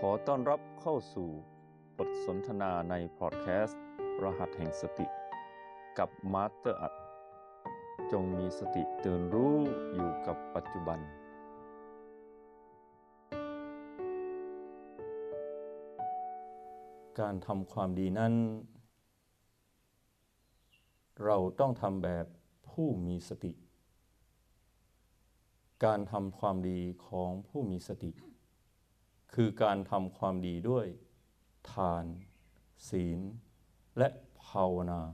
ขอต้อนรับเข้าสู่บทสนทนาในพอดแคสต์รหัสแห่งสติกับมาสเตอร์อัดจงมีสติตื่นรู้อยู่กับปัจจุบันการทำความดีนั้นเราต้องทำแบบผู้มีสติการทำความดีของผู้มีสติคือการทำความดีด้วยทานศีลและภาวนา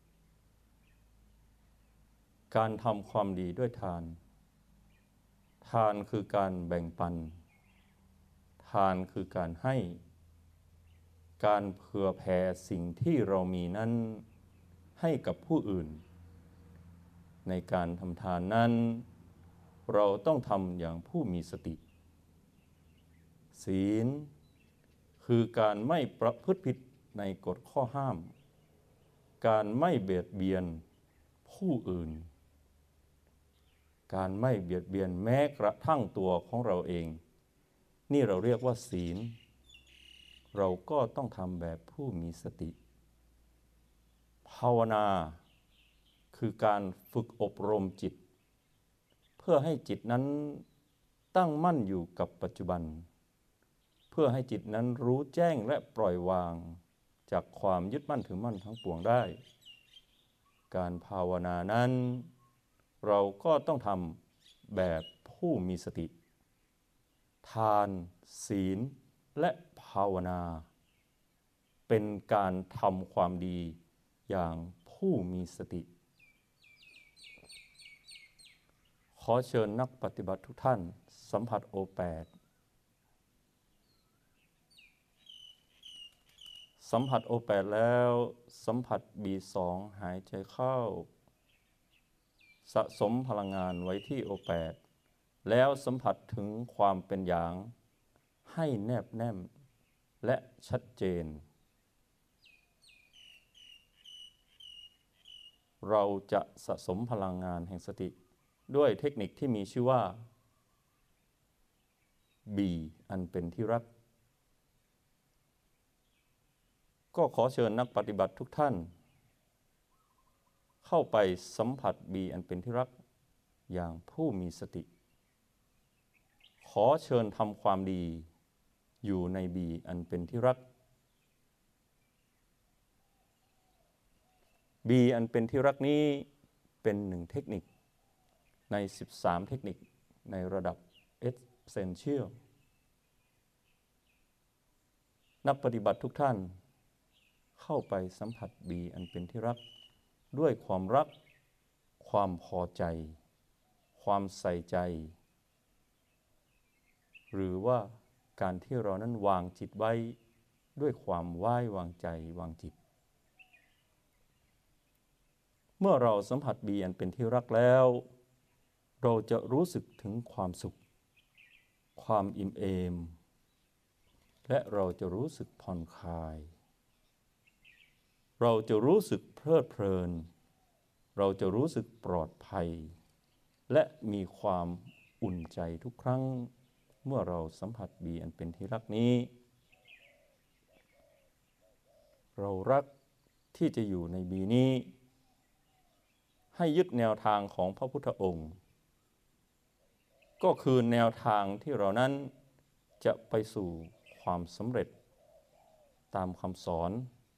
การทำความดีด้วยทานคือการแบ่งปันทานคือการให้การเผื่อแผ่สิ่งที่เรามีนั้นให้กับผู้อื่นในการทำทานนั้นเราต้องทำอย่างผู้มีสติศีลคือการไม่ประพฤติผิดในกฎข้อห้ามการไม่เบียดเบียนผู้อื่นการไม่เบียดเบียนแม้กระทั่งตัวของเราเองนี่เราเรียกว่าศีลเราก็ต้องทำแบบผู้มีสติภาวนาคือการฝึกอบรมจิตเพื่อให้จิตนั้นตั้งมั่นอยู่กับปัจจุบันเพื่อให้จิตนั้นรู้แจ้งและปล่อยวางจากความยึดมั่นถือมั่นทั้งปวงได้การภาวนานั้นเราก็ต้องทำแบบผู้มีสติทานศีลและภาวนาเป็นการทำความดีอย่างผู้มีสติขอเชิญนักปฏิบัติทุกท่านสัมผัสO8สัมผัสO8แล้วสัมผัสB2หายใจเข้าสะสมพลังงานไว้ที่O8แล้วสัมผัสถึงความเป็นอย่างให้แนบแน่นและชัดเจนเราจะสะสมพลังงานแห่งสติด้วยเทคนิคที่มีชื่อว่า B อันเป็นที่รักก็ขอเชิญนักปฏิบัติทุกท่านเข้าไปสัมผัส B อันเป็นที่รักอย่างผู้มีสติขอเชิญทำความดีอยู่ใน B อันเป็นที่รัก B อันเป็นที่รักนี้เป็นหนึ่งเทคนิคใน13เทคนิคในระดับ Essential นักปฏิบัติทุกท่านเข้าไปสัมผัส B อันเป็นที่รักด้วยความรักความพอใจความใส่ใจหรือว่าการที่เรานั้นวางจิตไว้ด้วยความไว้วางใจวางจิตเมื่อเราสัมผัส B อันเป็นที่รักแล้วเราจะรู้สึกถึงความสุขความอิ่มเอมและเราจะรู้สึกผ่อนคลายเราจะรู้สึกเพลิดเพลินเราจะรู้สึกปลอดภัยและมีความอุ่นใจทุกครั้งเมื่อเราสัมผัส B อันเป็นที่รักนี้เรารักที่จะอยู่ใน B นี้ให้ยึดแนวทางของพระพุทธองค์ก็คือแนวทางที่เรานั้นจะไปสู่ความสำเร็จตามคำสอน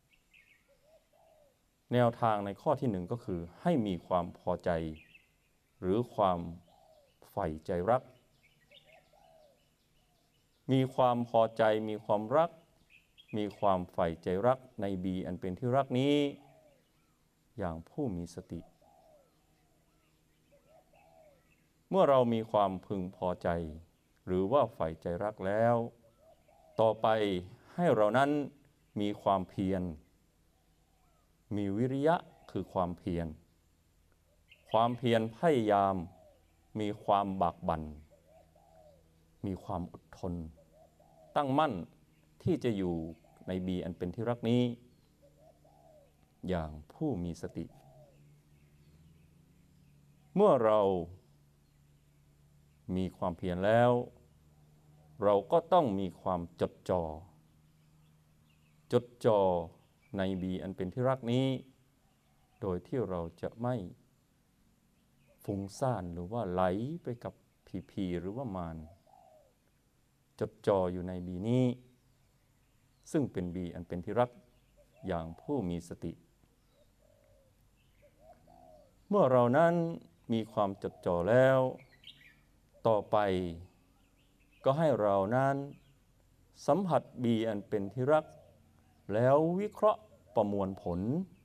แนวทางในข้อที่1ก็คือให้มีความพอใจหรือความใฝ่ใจรักมีความพอใจมีความรักมีความใฝ่ใจรักใน B อันเป็นที่รักนี้อย่างผู้มีสติเมื่อเรามีความพึงพอใจหรือว่าใฝ่ใจรักแล้วต่อไปให้เรานั้นมีความเพียรมีวิริยะคือความเพียรพยายามมีความบากบั่นมีความอดทนตั้งมั่นที่จะอยู่ใน B อันเป็นที่รักนี้อย่างผู้มีสติเมื่อเรามีความเพียรแล้วเราก็ต้องมีความจดจ่อในบีอันเป็นที่รักนี้โดยที่เราจะไม่ฟุ้งซ่านหรือว่าไหลไปกับผีหรือว่ามารจดจ่ออยู่ในบีนี้ซึ่งเป็นบีอันเป็นที่รักอย่างผู้มีสติเมื่อเรานั้นมีความจดจ่อแล้วต่อไปก็ให้เรานั้นสัมผัสบีอันเป็นที่รักแล้ววิเคราะห์ประมวลผล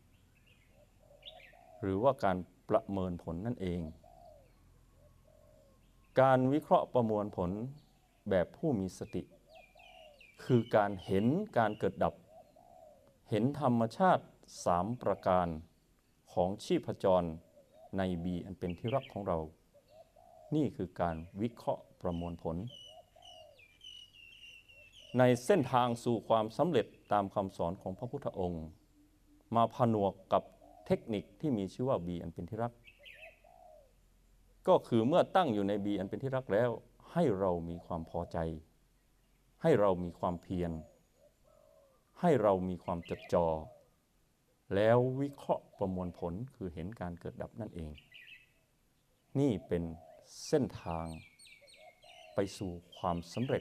หรือว่าการประเมินผลนั่นเองการวิเคราะห์ประมวลผลแบบผู้มีสติคือการเห็นการเกิดดับเห็นธรรมชาติ3ประการของชีพจรในบีอันเป็นที่รักของเรานี่คือการวิเคราะห์ประมวลผลในเส้นทางสู่ความสำเร็จตามคำสอนของพระพุทธองค์มาผนวกกับเทคนิคที่มีชื่อว่าบีอันเป็นที่รักก็คือเมื่อตั้งอยู่ในบีอันเป็นที่รักแล้วให้เรามีความพอใจให้เรามีความเพียรให้เรามีความจดจ่อแล้ววิเคราะห์ประมวลผลคือเห็นการเกิดดับนั่นเองนี่เป็นเส้นทางไปสู่ความสำเร็จ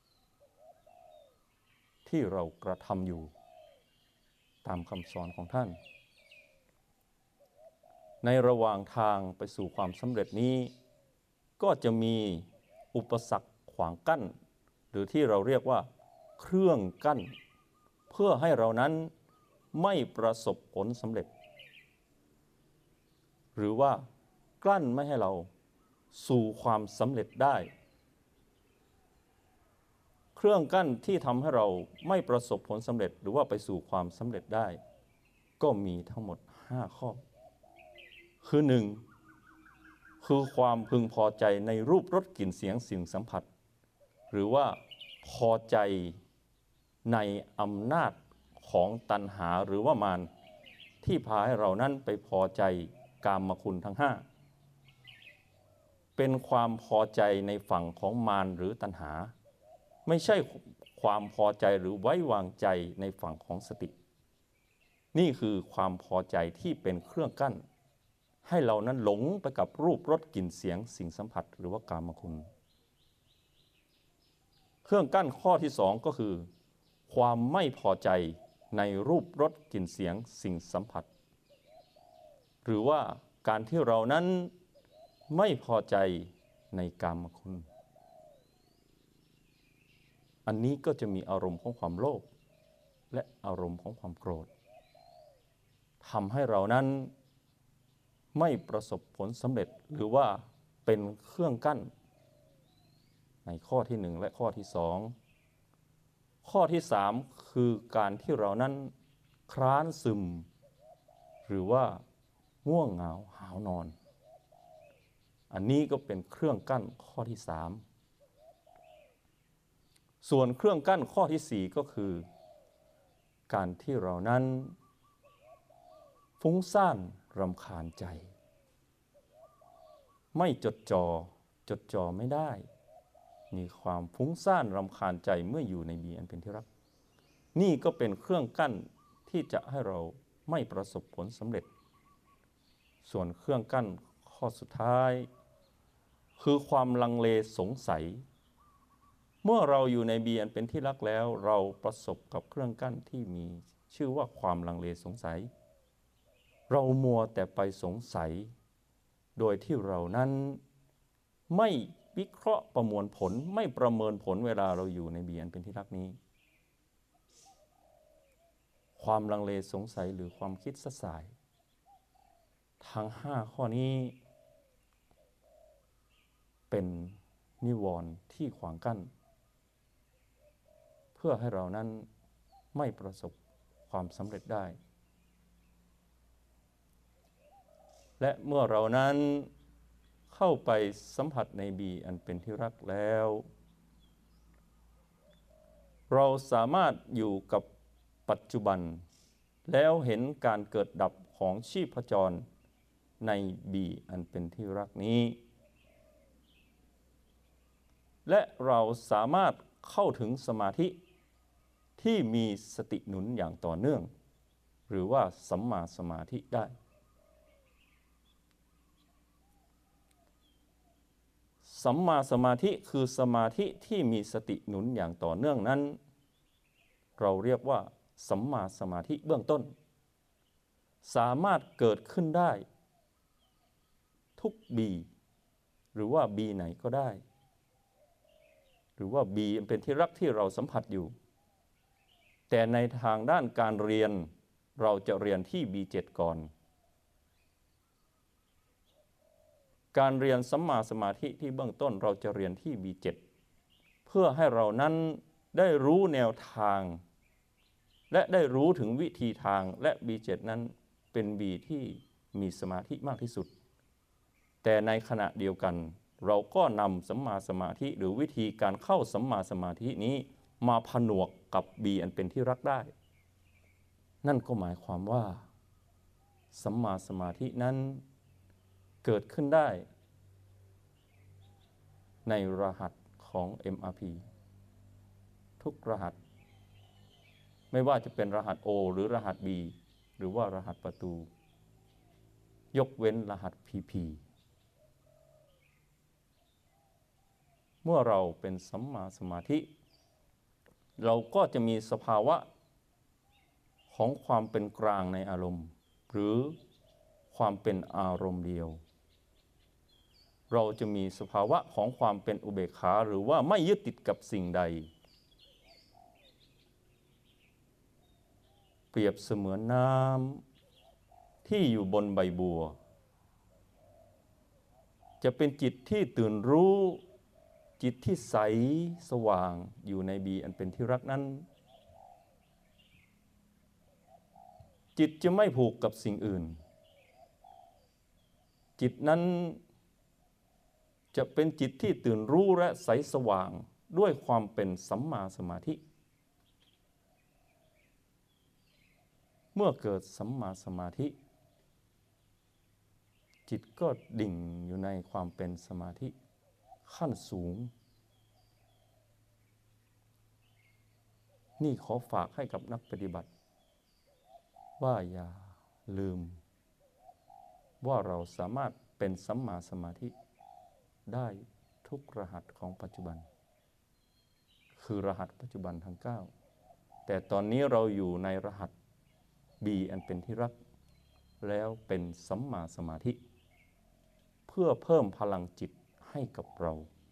ที่เรากระทำอยู่ตามคำสอนของท่านในระหว่างทางไปสู่ความสำเร็จนี้ก็จะมีอุปสรรคขวางกั้นหรือที่เราเรียกว่าเครื่องกั้นเพื่อให้เรานั้นไม่ประสบผลสำเร็จหรือว่ากลั้นไม่ให้เราสู่ความสำเร็จได้เครื่องกั้นที่ทำให้เราไม่ประสบผลสำเร็จหรือว่าไปสู่ความสำเร็จได้ก็มีทั้งหมด5ข้อคือ1คือความพึงพอใจในรูปรสกลิ่นเสียงสิ่งสัมผัสหรือว่าพอใจในอำนาจของตัณหาหรือว่ามารที่พาให้เรานั้นไปพอใจกามคุณทั้ง5เป็นความพอใจในฝั่งของมารหรือตัณหาไม่ใช่ความพอใจหรือไว้วางใจในฝั่งของสตินี่คือความพอใจที่เป็นเครื่องกั้นให้เรานั้นหลงไปกับรูปรสกลิ่นเสียงสิ่งสัมผัสหรือว่ากามคุณเครื่องกั้นข้อที่2ก็คือความไม่พอใจในรูปรสกลิ่นเสียงสิ่งสัมผัสหรือว่าการที่เรานั้นไม่พอใจในกามคุณอันนี้ก็จะมีอารมณ์ของความโลภและอารมณ์ของความโกรธทำให้เรานั้นไม่ประสบผลสำเร็จหรือว่าเป็นเครื่องกั้นในข้อที่1และข้อที่2ข้อที่3คือการที่เรานั้นคร้านซึมหรือว่าง่วงเหงาหาวนอนอันนี้ก็เป็นเครื่องกั้นข้อที่3ส่วนเครื่องกั้นข้อที่4ก็คือการที่เรานั้นฟุ้งซ่านรำคาญใจไม่จดจ่อไม่ได้มีความฟุ้งซ่านรำคาญใจเมื่ออยู่ในบีอันเป็นที่รักนี่ก็เป็นเครื่องกั้นที่จะให้เราไม่ประสบผลสำเร็จส่วนเครื่องกั้นข้อสุดท้ายคือความลังเลสงสัยเมื่อเราอยู่ในบีอันเป็นที่รักแล้วเราประสบกับเครื่องกั้นที่มีชื่อว่าความลังเลสงสัยเรามัวแต่ไปสงสัยโดยที่เรานั้นไม่วิเคราะห์ประมวลผลไม่ประเมินผลเวลาเราอยู่ในบีอันเป็นที่รักนี้ความลังเลสงสัยหรือความคิดสายทั้ง5ข้อนี้เป็นนิวรณ์ที่ขวางกั้นเพื่อให้เรานั้นไม่ประสบความสำเร็จได้และเมื่อเรานั้นเข้าไปสัมผัสในบีอันเป็นที่รักแล้วเราสามารถอยู่กับปัจจุบันแล้วเห็นการเกิดดับของชีพจรในบีอันเป็นที่รักนี้และเราสามารถเข้าถึงสมาธิที่มีสติหนุนอย่างต่อเนื่องหรือว่าสัมมาสมาธิได้สัมมาสมาธิคือสมาธิที่มีสติหนุนอย่างต่อเนื่องนั้นเราเรียกว่าสัมมาสมาธิเบื้องต้นสามารถเกิดขึ้นได้ทุกบีหรือว่าบีไหนก็ได้หรือว่าบีเป็นที่รักที่เราสัมผัสอยู่แต่ในทางด้านการเรียนเราจะเรียนที่ B7 ก่อนการเรียนสัมมาสมาธิที่เบื้องต้นเราจะเรียนที่ B7 เพื่อให้เรานั้นได้รู้แนวทางและได้รู้ถึงวิธีทางและ B7 นั้นเป็น B ที่มีสมาธิมากที่สุดแต่ในขณะเดียวกันเราก็นำสัมมาสมาธิหรือวิธีการเข้าสัมมาสมาธินี้มาผนวกกับ B อันเป็นที่รักได้นั่นก็หมายความว่าสัมมาสมาธินั้นเกิดขึ้นได้ในรหัสของ MRP ทุกรหัสไม่ว่าจะเป็นรหัส O หรือรหัส B หรือว่ารหัสประตูยกเว้นรหัส PP เมื่อเราเป็นสัมมาสมาธิเราก็จะมีสภาวะของความเป็นกลางในอารมณ์หรือความเป็นอารมณ์เดียวเราจะมีสภาวะของความเป็นอุเบกขาหรือว่าไม่ยึดติดกับสิ่งใดเปรียบเสมือนน้ำที่อยู่บนใบบัวจะเป็นจิตที่ตื่นรู้จิตที่ใสสว่างอยู่ในบีอันเป็นที่รักนั้นจิตจะไม่ผูกกับสิ่งอื่นจิตนั้นจะเป็นจิตที่ตื่นรู้และใสสว่างด้วยความเป็นสัมมาสมาธิเมื่อเกิดสัมมาสมาธิจิตก็ดิ่งอยู่ในความเป็นสมาธิขั้นสูงนี่ขอฝากให้กับนักปฏิบัติว่าอย่าลืมว่าเราสามารถเป็นสัมมาสมาธิได้ทุกรหัสของปัจจุบันคือรหัสปัจจุบันทั้ง9แต่ตอนนี้เราอยู่ในรหัส B อันเป็นที่รักแล้วเป็นสัมมาสมาธิเพื่อเพิ่มพลังจิตให้กับเรา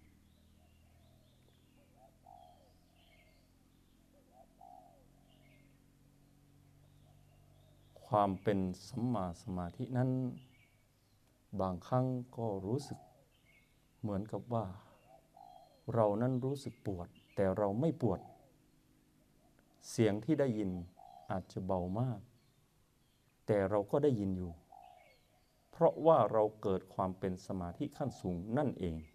ความเป็นสัมมาสมาธินั้นบางครั้งก็รู้สึกเหมือนกับว่าเรานั้นรู้สึกปวดแต่เราไม่ปวดเสียงที่ได้ยินอาจจะเบามากแต่เราก็ได้ยินอยู่เพราะว่าเราเกิดความเป็นสมาธิขั้นสูงนั่นเอง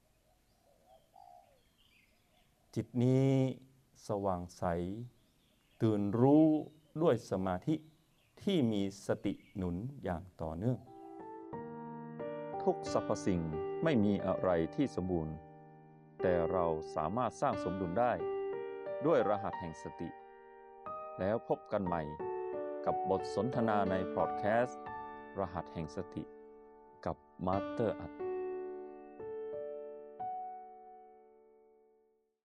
จิตนี้สว่างใสตื่นรู้ด้วยสมาธิที่มีสติหนุนอย่างต่อเนื่องทุกสรรพสิ่งไม่มีอะไรที่สมบูรณ์แต่เราสามารถสร้างสมดุลได้ด้วยรหัสแห่งสติแล้วพบกันใหม่กับบทสนทนาในพอดแคสต์รหัสแห่งสติกับมาสเตอร์อัด